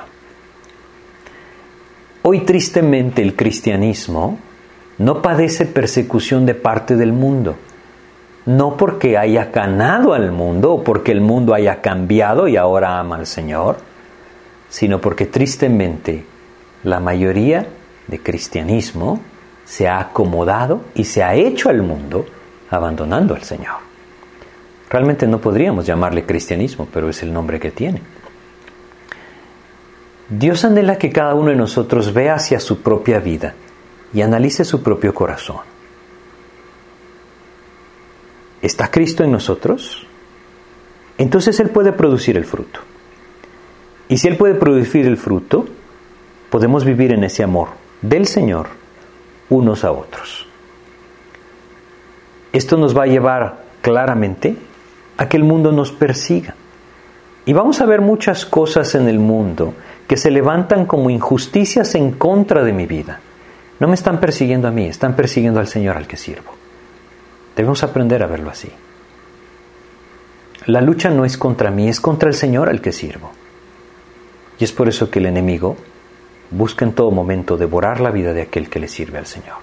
Hoy tristemente el cristianismo no padece persecución de parte del mundo. No porque haya ganado al mundo o porque el mundo haya cambiado y ahora ama al Señor, sino porque tristemente la mayoría de cristianismo se ha acomodado y se ha hecho al mundo abandonando al Señor. Realmente no podríamos llamarle cristianismo, pero es el nombre que tiene. Dios anhela que cada uno de nosotros vea hacia su propia vida y analice su propio corazón. ¿Está Cristo en nosotros? Entonces Él puede producir el fruto. Y si Él puede producir el fruto, podemos vivir en ese amor del Señor unos a otros. Esto nos va a llevar claramente a que el mundo nos persiga. Y vamos a ver muchas cosas en el mundo que se levantan como injusticias en contra de mi vida. No me están persiguiendo a mí, están persiguiendo al Señor al que sirvo. Debemos aprender a verlo así. La lucha no es contra mí, es contra el Señor al que sirvo. Y es por eso que el enemigo busca en todo momento devorar la vida de aquel que le sirve al Señor.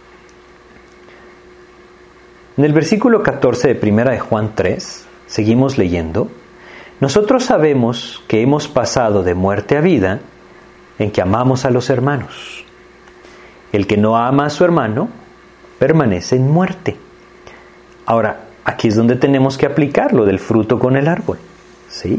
En el versículo catorce de primera de Juan tres, seguimos leyendo: nosotros sabemos que hemos pasado de muerte a vida en que amamos a los hermanos. El que no ama a su hermano permanece en muerte. Ahora, aquí es donde tenemos que aplicar lo del fruto con el árbol, ¿sí?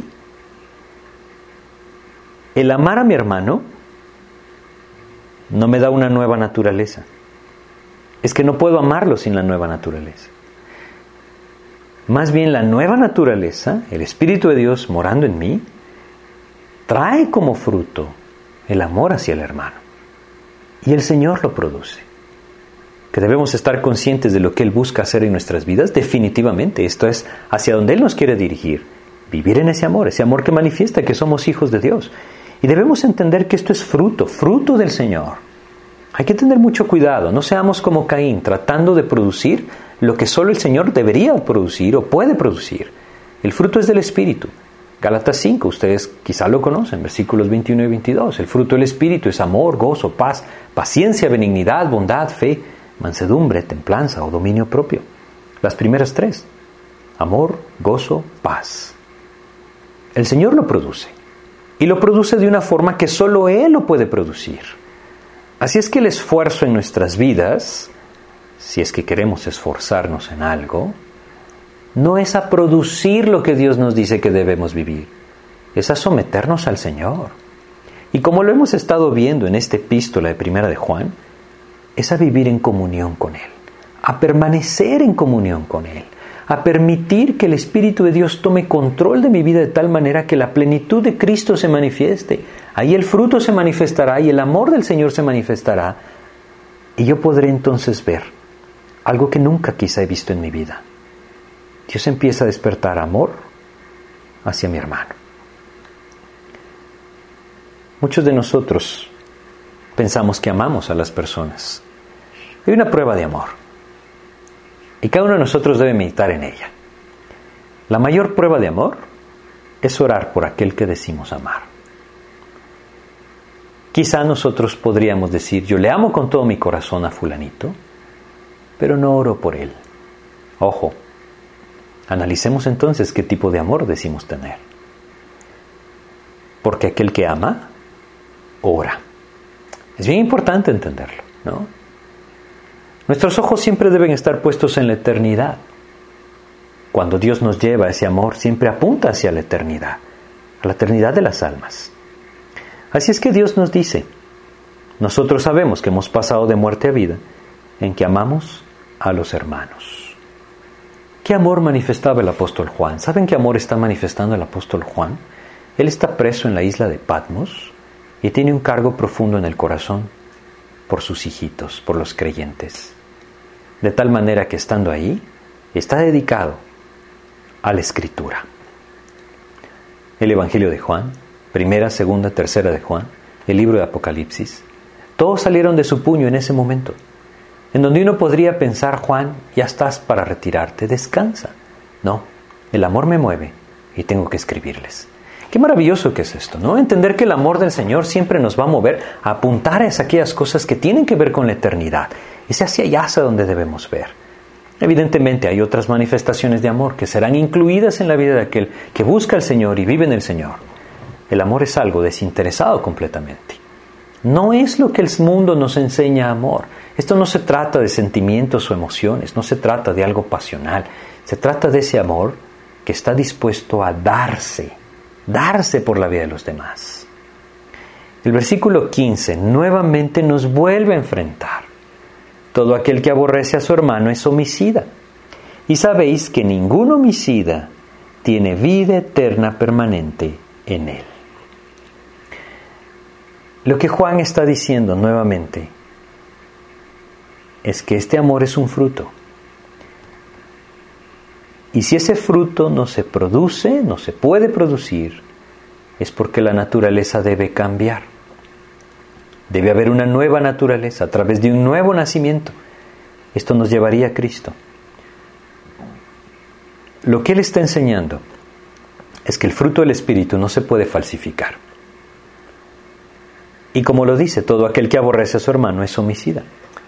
El amar a mi hermano no me da una nueva naturaleza. Es que no puedo amarlo sin la nueva naturaleza. Más bien la nueva naturaleza, el Espíritu de Dios morando en mí, trae como fruto el amor hacia el hermano. Y el Señor lo produce. Que debemos estar conscientes de lo que Él busca hacer en nuestras vidas, definitivamente. Esto es hacia donde Él nos quiere dirigir. Vivir en ese amor, ese amor que manifiesta que somos hijos de Dios. Y debemos entender que esto es fruto, fruto del Señor. Hay que tener mucho cuidado, no seamos como Caín, tratando de producir lo que solo el Señor debería producir o puede producir. El fruto es del Espíritu. Gálatas cinco, ustedes quizá lo conocen, versículos veintiuno y veintidós. El fruto del Espíritu es amor, gozo, paz, paciencia, benignidad, bondad, fe, mansedumbre, templanza o dominio propio. Las primeras tres: amor, gozo, paz. El Señor lo produce. Y lo produce de una forma que solo Él lo puede producir. Así es que el esfuerzo en nuestras vidas, si es que queremos esforzarnos en algo, no es a producir lo que Dios nos dice que debemos vivir, es a someternos al Señor. Y como lo hemos estado viendo en esta epístola de Primera de Juan, es a vivir en comunión con Él, a permanecer en comunión con Él, a permitir que el Espíritu de Dios tome control de mi vida de tal manera que la plenitud de Cristo se manifieste. Ahí el fruto se manifestará y el amor del Señor se manifestará. Y yo podré entonces ver algo que nunca quizá he visto en mi vida. Dios empieza a despertar amor hacia mi hermano. Muchos de nosotros pensamos que amamos a las personas. Hay una prueba de amor y cada uno de nosotros debe meditar en ella. La mayor prueba de amor es orar por aquel que decimos amar. Quizá nosotros podríamos decir, yo le amo con todo mi corazón a fulanito, pero no oro por él. Ojo, analicemos entonces qué tipo de amor decimos tener. Porque aquel que ama, ora. Es bien importante entenderlo, ¿no? Nuestros ojos siempre deben estar puestos en la eternidad. Cuando Dios nos lleva ese amor, siempre apunta hacia la eternidad, a la eternidad de las almas. Así es que Dios nos dice, nosotros sabemos que hemos pasado de muerte a vida, en que amamos a los hermanos. ¿Qué amor manifestaba el apóstol Juan? ¿Saben qué amor está manifestando el apóstol Juan? Él está preso en la isla de Patmos y tiene un cargo profundo en el corazón por sus hijitos, por los creyentes. De tal manera que estando ahí, está dedicado a la Escritura. El Evangelio de Juan, primera, segunda, tercera de Juan, el libro de Apocalipsis, todos salieron de su puño en ese momento, en donde uno podría pensar, Juan, ya estás para retirarte, descansa. No, el amor me mueve y tengo que escribirles. Qué maravilloso que es esto, ¿no? Entender que el amor del Señor siempre nos va a mover a apuntar a aquellas cosas que tienen que ver con la eternidad. Es hacia allá hacia donde debemos ver. Evidentemente hay otras manifestaciones de amor que serán incluidas en la vida de aquel que busca al Señor y vive en el Señor. El amor es algo desinteresado completamente. No es lo que el mundo nos enseña amor. Esto no se trata de sentimientos o emociones, no se trata de algo pasional. Se trata de ese amor que está dispuesto a darse, darse por la vida de los demás. El versículo quince nuevamente nos vuelve a enfrentar. Todo aquel que aborrece a su hermano es homicida. Y sabéis que ningún homicida tiene vida eterna permanente en él. Lo que Juan está diciendo nuevamente es que este amor es un fruto. Y si ese fruto no se produce, no se puede producir, es porque la naturaleza debe cambiar. Debe haber una nueva naturaleza a través de un nuevo nacimiento. Esto nos llevaría a Cristo. Lo que Él está enseñando es que el fruto del Espíritu no se puede falsificar. Y como lo dice, todo aquel que aborrece a su hermano es homicida.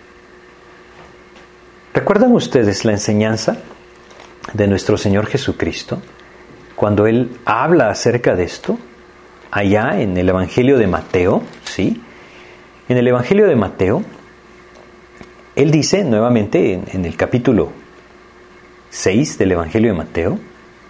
¿Recuerdan ustedes la enseñanza de nuestro Señor Jesucristo cuando Él habla acerca de esto? Allá en el Evangelio de Mateo, ¿sí? En el Evangelio de Mateo, Él dice nuevamente en, en el capítulo seis del Evangelio de Mateo,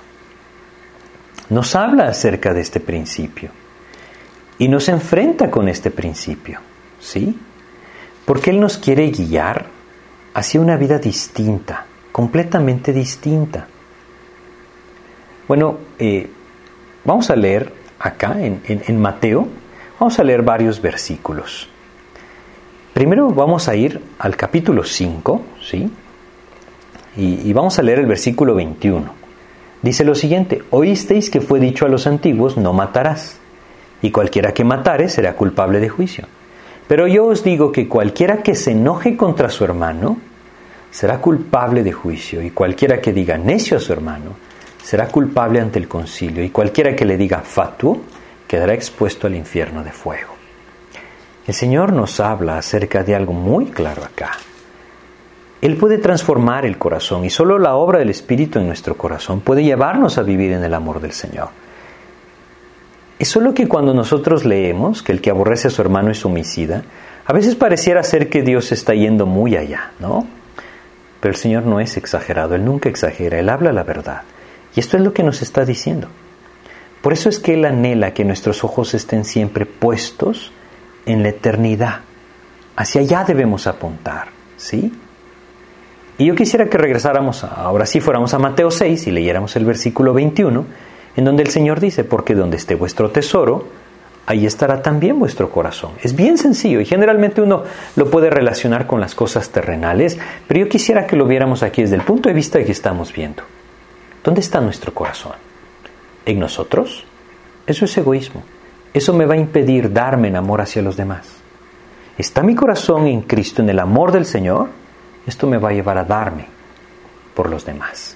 nos habla acerca de este principio y nos enfrenta con este principio, ¿sí? Porque Él nos quiere guiar hacia una vida distinta, completamente distinta. Bueno, eh, vamos a leer acá en, en, en Mateo, vamos a leer varios versículos. Primero vamos a ir al capítulo cinco, ¿sí? Y, y vamos a leer el versículo veintiuno. Dice lo siguiente: oísteis que fue dicho a los antiguos, no matarás, y cualquiera que matare será culpable de juicio. Pero yo os digo que cualquiera que se enoje contra su hermano será culpable de juicio, y cualquiera que diga necio a su hermano será culpable ante el concilio, y cualquiera que le diga fatuo quedará expuesto al infierno de fuego. El Señor nos habla acerca de algo muy claro acá. Él puede transformar el corazón, y solo la obra del Espíritu en nuestro corazón puede llevarnos a vivir en el amor del Señor. Es solo que cuando nosotros leemos que el que aborrece a su hermano es homicida, a veces pareciera ser que Dios está yendo muy allá, ¿no? Pero el Señor no es exagerado, Él nunca exagera, Él habla la verdad. Y esto es lo que nos está diciendo. Por eso es que Él anhela que nuestros ojos estén siempre puestos en la eternidad. Hacia allá debemos apuntar, ¿sí? Y yo quisiera que regresáramos, a, ahora sí fuéramos a Mateo seis y leyéramos el versículo veintiuno, en donde el Señor dice, porque donde esté vuestro tesoro, ahí estará también vuestro corazón. Es bien sencillo y generalmente uno lo puede relacionar con las cosas terrenales, pero yo quisiera que lo viéramos aquí desde el punto de vista que estamos viendo. ¿Dónde está nuestro corazón? ¿En nosotros? Eso es egoísmo. Eso me va a impedir darme en amor hacia los demás. ¿Está mi corazón en Cristo, en el amor del Señor? Esto me va a llevar a darme por los demás.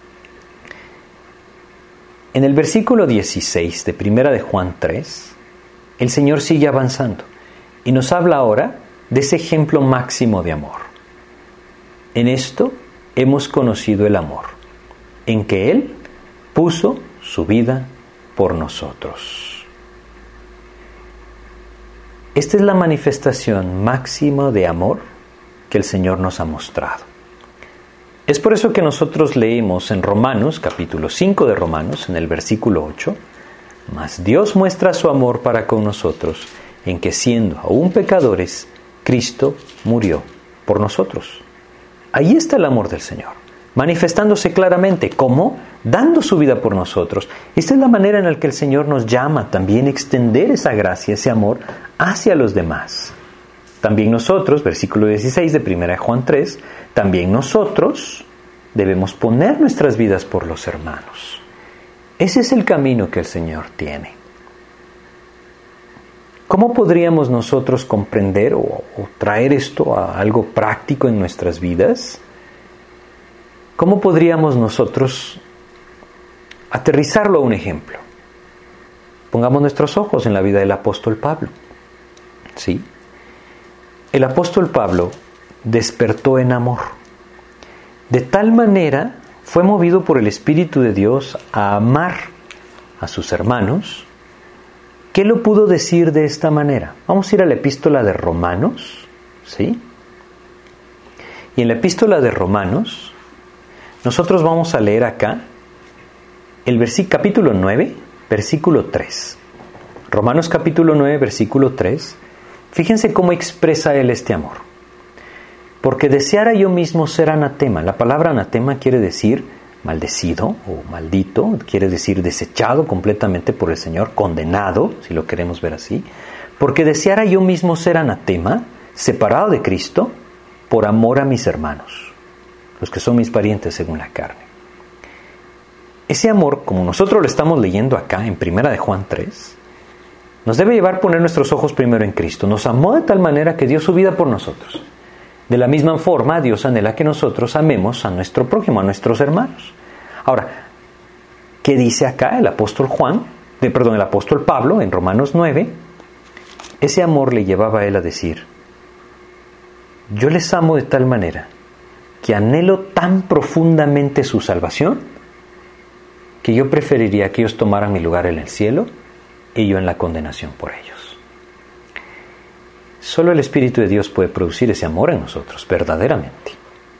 En el versículo dieciséis de Primera de Juan tres, el Señor sigue avanzando y nos habla ahora de ese ejemplo máximo de amor. En esto hemos conocido el amor, en que Él puso su vida por nosotros. Esta es la manifestación máxima de amor que el Señor nos ha mostrado. Es por eso que nosotros leemos en Romanos, capítulo cinco de Romanos, en el versículo ocho, mas Dios muestra su amor para con nosotros, en que siendo aún pecadores, Cristo murió por nosotros. Ahí está el amor del Señor, manifestándose claramente, ¿cómo? Dando su vida por nosotros. Esta es la manera en la que el Señor nos llama también a extender esa gracia, ese amor, hacia los demás. También nosotros, versículo dieciséis de Primera de Juan tres, también nosotros debemos poner nuestras vidas por los hermanos. Ese es el camino que el Señor tiene. ¿Cómo podríamos nosotros comprender o, o traer esto a algo práctico en nuestras vidas? ¿Cómo podríamos nosotros aterrizarlo a un ejemplo? Pongamos nuestros ojos en la vida del apóstol Pablo. ¿Sí? El apóstol Pablo despertó en amor. De tal manera fue movido por el Espíritu de Dios a amar a sus hermanos, que lo pudo decir de esta manera. Vamos a ir a la epístola de Romanos, ¿sí? Y en la epístola de Romanos, nosotros vamos a leer acá el versículo, capítulo nueve, versículo tres. Romanos capítulo nueve, versículo tres. Fíjense cómo expresa él este amor. Porque deseara yo mismo ser anatema. La palabra anatema quiere decir maldecido o maldito, quiere decir desechado completamente por el Señor, condenado, si lo queremos ver así. Porque deseara yo mismo ser anatema, separado de Cristo, por amor a mis hermanos, los que son mis parientes según la carne. Ese amor, como nosotros lo estamos leyendo acá en Primera de Juan tres, nos debe llevar a poner nuestros ojos primero en Cristo. Nos amó de tal manera que dio su vida por nosotros. De la misma forma, Dios anhela que nosotros amemos a nuestro prójimo, a nuestros hermanos. Ahora, ¿qué dice acá el apóstol Juan? De, perdón, el apóstol Pablo en Romanos nueve? Ese amor le llevaba a él a decir, yo les amo de tal manera que anhelo tan profundamente su salvación que yo preferiría que ellos tomaran mi lugar en el cielo y yo en la condenación por ellos. Solo el Espíritu de Dios puede producir ese amor en nosotros, verdaderamente.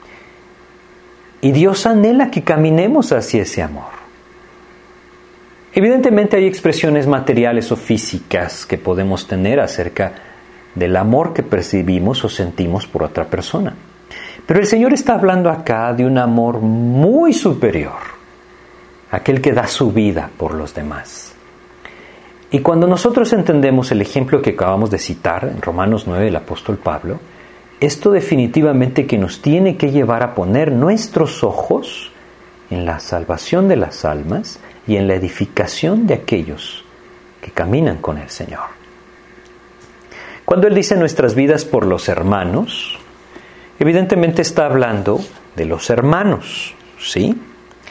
Y Dios anhela que caminemos hacia ese amor. Evidentemente hay expresiones materiales o físicas que podemos tener acerca del amor que percibimos o sentimos por otra persona. Pero el Señor está hablando acá de un amor muy superior, aquel que da su vida por los demás. Y cuando nosotros entendemos el ejemplo que acabamos de citar en Romanos nueve del apóstol Pablo, esto definitivamente que nos tiene que llevar a poner nuestros ojos en la salvación de las almas y en la edificación de aquellos que caminan con el Señor. Cuando Él dice nuestras vidas por los hermanos, evidentemente está hablando de los hermanos, ¿sí?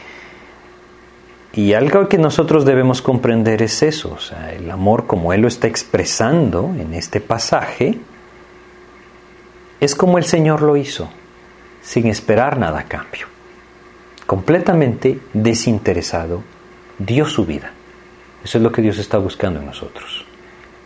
Y algo que nosotros debemos comprender es eso, o sea, el amor como Él lo está expresando en este pasaje, es como el Señor lo hizo, sin esperar nada a cambio. Completamente desinteresado, dio su vida. Eso es lo que Dios está buscando en nosotros.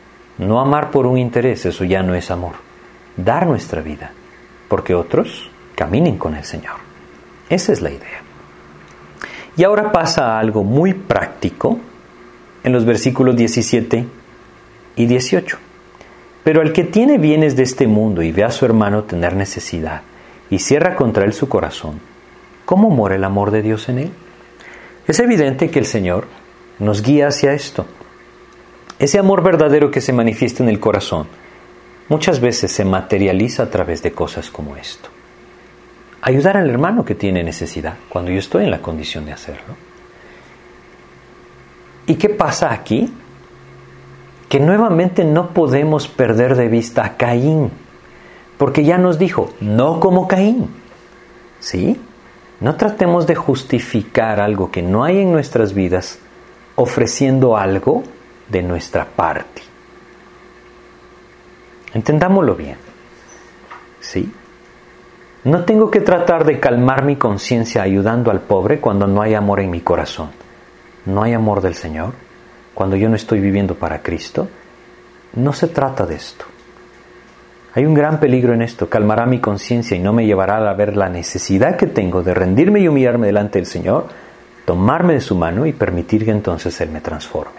No amar por un interés, eso ya no es amor. Dar nuestra vida, porque otros caminen con el Señor. Esa es la idea. Y ahora pasa a algo muy práctico en los versículos diecisiete y dieciocho. Pero el que tiene bienes de este mundo y ve a su hermano tener necesidad y cierra contra él su corazón, ¿cómo mora el amor de Dios en él? Es evidente que el Señor nos guía hacia esto. Ese amor verdadero que se manifiesta en el corazón muchas veces se materializa a través de cosas como esto. Ayudar al hermano que tiene necesidad cuando yo estoy en la condición de hacerlo. ¿Y qué pasa aquí? Que nuevamente no podemos perder de vista a Caín, porque ya nos dijo, no como Caín. ¿Sí? No tratemos de justificar algo que no hay en nuestras vidas ofreciendo algo de nuestra parte. Entendámoslo bien. ¿Sí? No tengo que tratar de calmar mi conciencia ayudando al pobre cuando no hay amor en mi corazón. No hay amor del Señor. Cuando yo no estoy viviendo para Cristo. No se trata de esto. Hay un gran peligro en esto. Calmará mi conciencia y no me llevará a ver la necesidad que tengo de rendirme y humillarme delante del Señor, tomarme de su mano y permitir que entonces Él me transforme.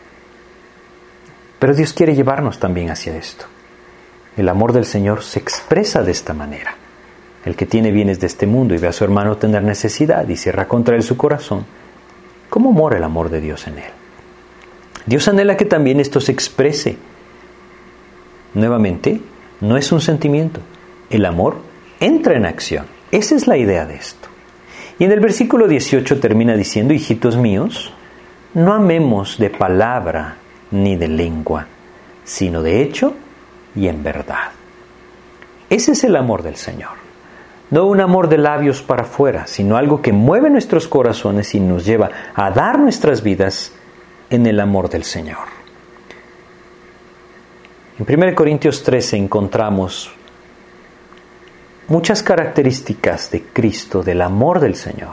Pero Dios quiere llevarnos también hacia esto. El amor del Señor se expresa de esta manera. El que tiene bienes de este mundo y ve a su hermano tener necesidad y cierra contra él su corazón, ¿cómo mora el amor de Dios en él? Dios anhela que también esto se exprese. Nuevamente, no es un sentimiento. El amor entra en acción. Esa es la idea de esto. Y en el versículo dieciocho termina diciendo, hijitos míos, no amemos de palabra ni de lengua, sino de hecho y en verdad. Ese es el amor del Señor. No un amor de labios para afuera, sino algo que mueve nuestros corazones y nos lleva a dar nuestras vidas en el amor del Señor. En primera Corintios trece encontramos muchas características de Cristo, del amor del Señor.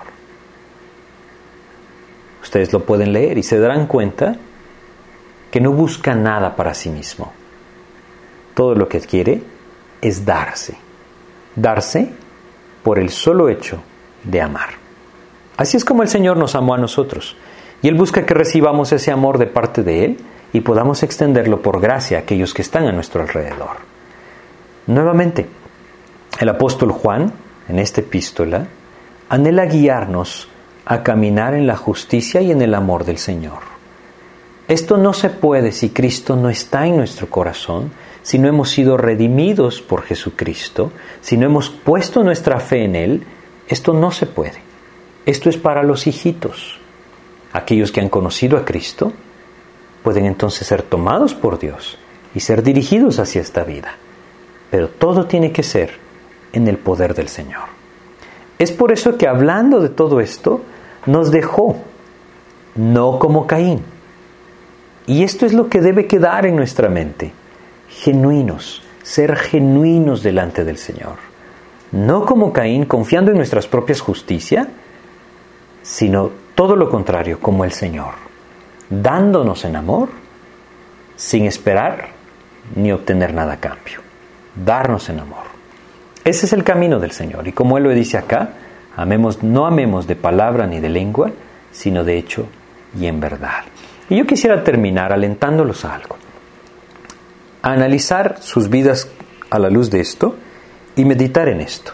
Ustedes lo pueden leer y se darán cuenta que no busca nada para sí mismo. Todo lo que quiere es darse. Darse por el solo hecho de amar. Así es como el Señor nos amó a nosotros. Y Él busca que recibamos ese amor de parte de Él y podamos extenderlo por gracia a aquellos que están a nuestro alrededor. Nuevamente, el apóstol Juan, en esta epístola, anhela guiarnos a caminar en la justicia y en el amor del Señor. Esto no se puede si Cristo no está en nuestro corazón, si no hemos sido redimidos por Jesucristo, si no hemos puesto nuestra fe en Él. Esto no se puede. Esto es para los hijitos. Aquellos que han conocido a Cristo pueden entonces ser tomados por Dios y ser dirigidos hacia esta vida. Pero todo tiene que ser en el poder del Señor. Es por eso que hablando de todo esto, nos dejó, no como Caín. Y esto es lo que debe quedar en nuestra mente. Genuinos, ser genuinos delante del Señor. No como Caín, confiando en nuestras propias justicias, sino todo lo contrario, como el Señor. Dándonos en amor, sin esperar ni obtener nada a cambio. Darnos en amor. Ese es el camino del Señor. Y como Él lo dice acá, amemos, no amemos de palabra ni de lengua, sino de hecho y en verdad. Y yo quisiera terminar alentándolos a algo. A analizar sus vidas a la luz de esto y meditar en esto.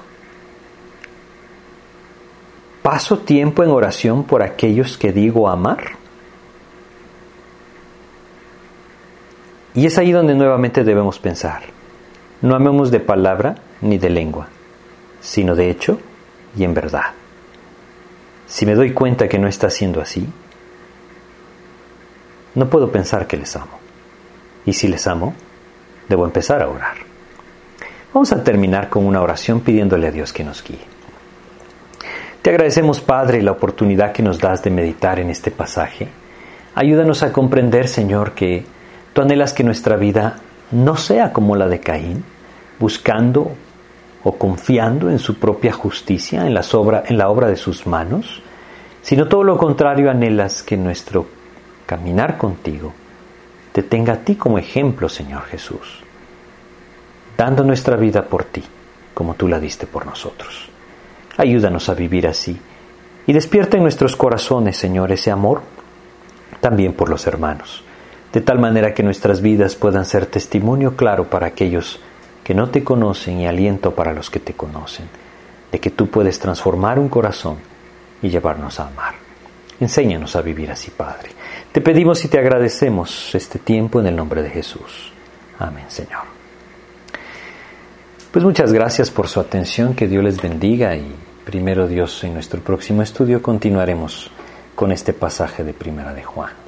¿Paso tiempo en oración por aquellos que digo amar? Y es ahí donde nuevamente debemos pensar. No amemos de palabra ni de lengua, sino de hecho y en verdad. Si me doy cuenta que no está siendo así, no puedo pensar que les amo. Y si les amo, debo empezar a orar. Vamos a terminar con una oración pidiéndole a Dios que nos guíe. Te agradecemos, Padre, la oportunidad que nos das de meditar en este pasaje. Ayúdanos a comprender, Señor, que tú anhelas que nuestra vida no sea como la de Caín, buscando o confiando en su propia justicia, en, las obra, en la obra de sus manos, sino todo lo contrario, anhelas que nuestro caminar contigo te tenga a ti como ejemplo, Señor Jesús, dando nuestra vida por ti, como tú la diste por nosotros. Ayúdanos a vivir así y despierta en nuestros corazones, Señor, ese amor también por los hermanos, de tal manera que nuestras vidas puedan ser testimonio claro para aquellos que no te conocen y aliento para los que te conocen, de que tú puedes transformar un corazón y llevarnos a amar. Enséñanos a vivir así, Padre. Te pedimos y te agradecemos este tiempo en el nombre de Jesús. Amén, Señor. Pues muchas gracias por su atención, que Dios les bendiga y primero Dios, en nuestro próximo estudio continuaremos con este pasaje de Primera de Juan.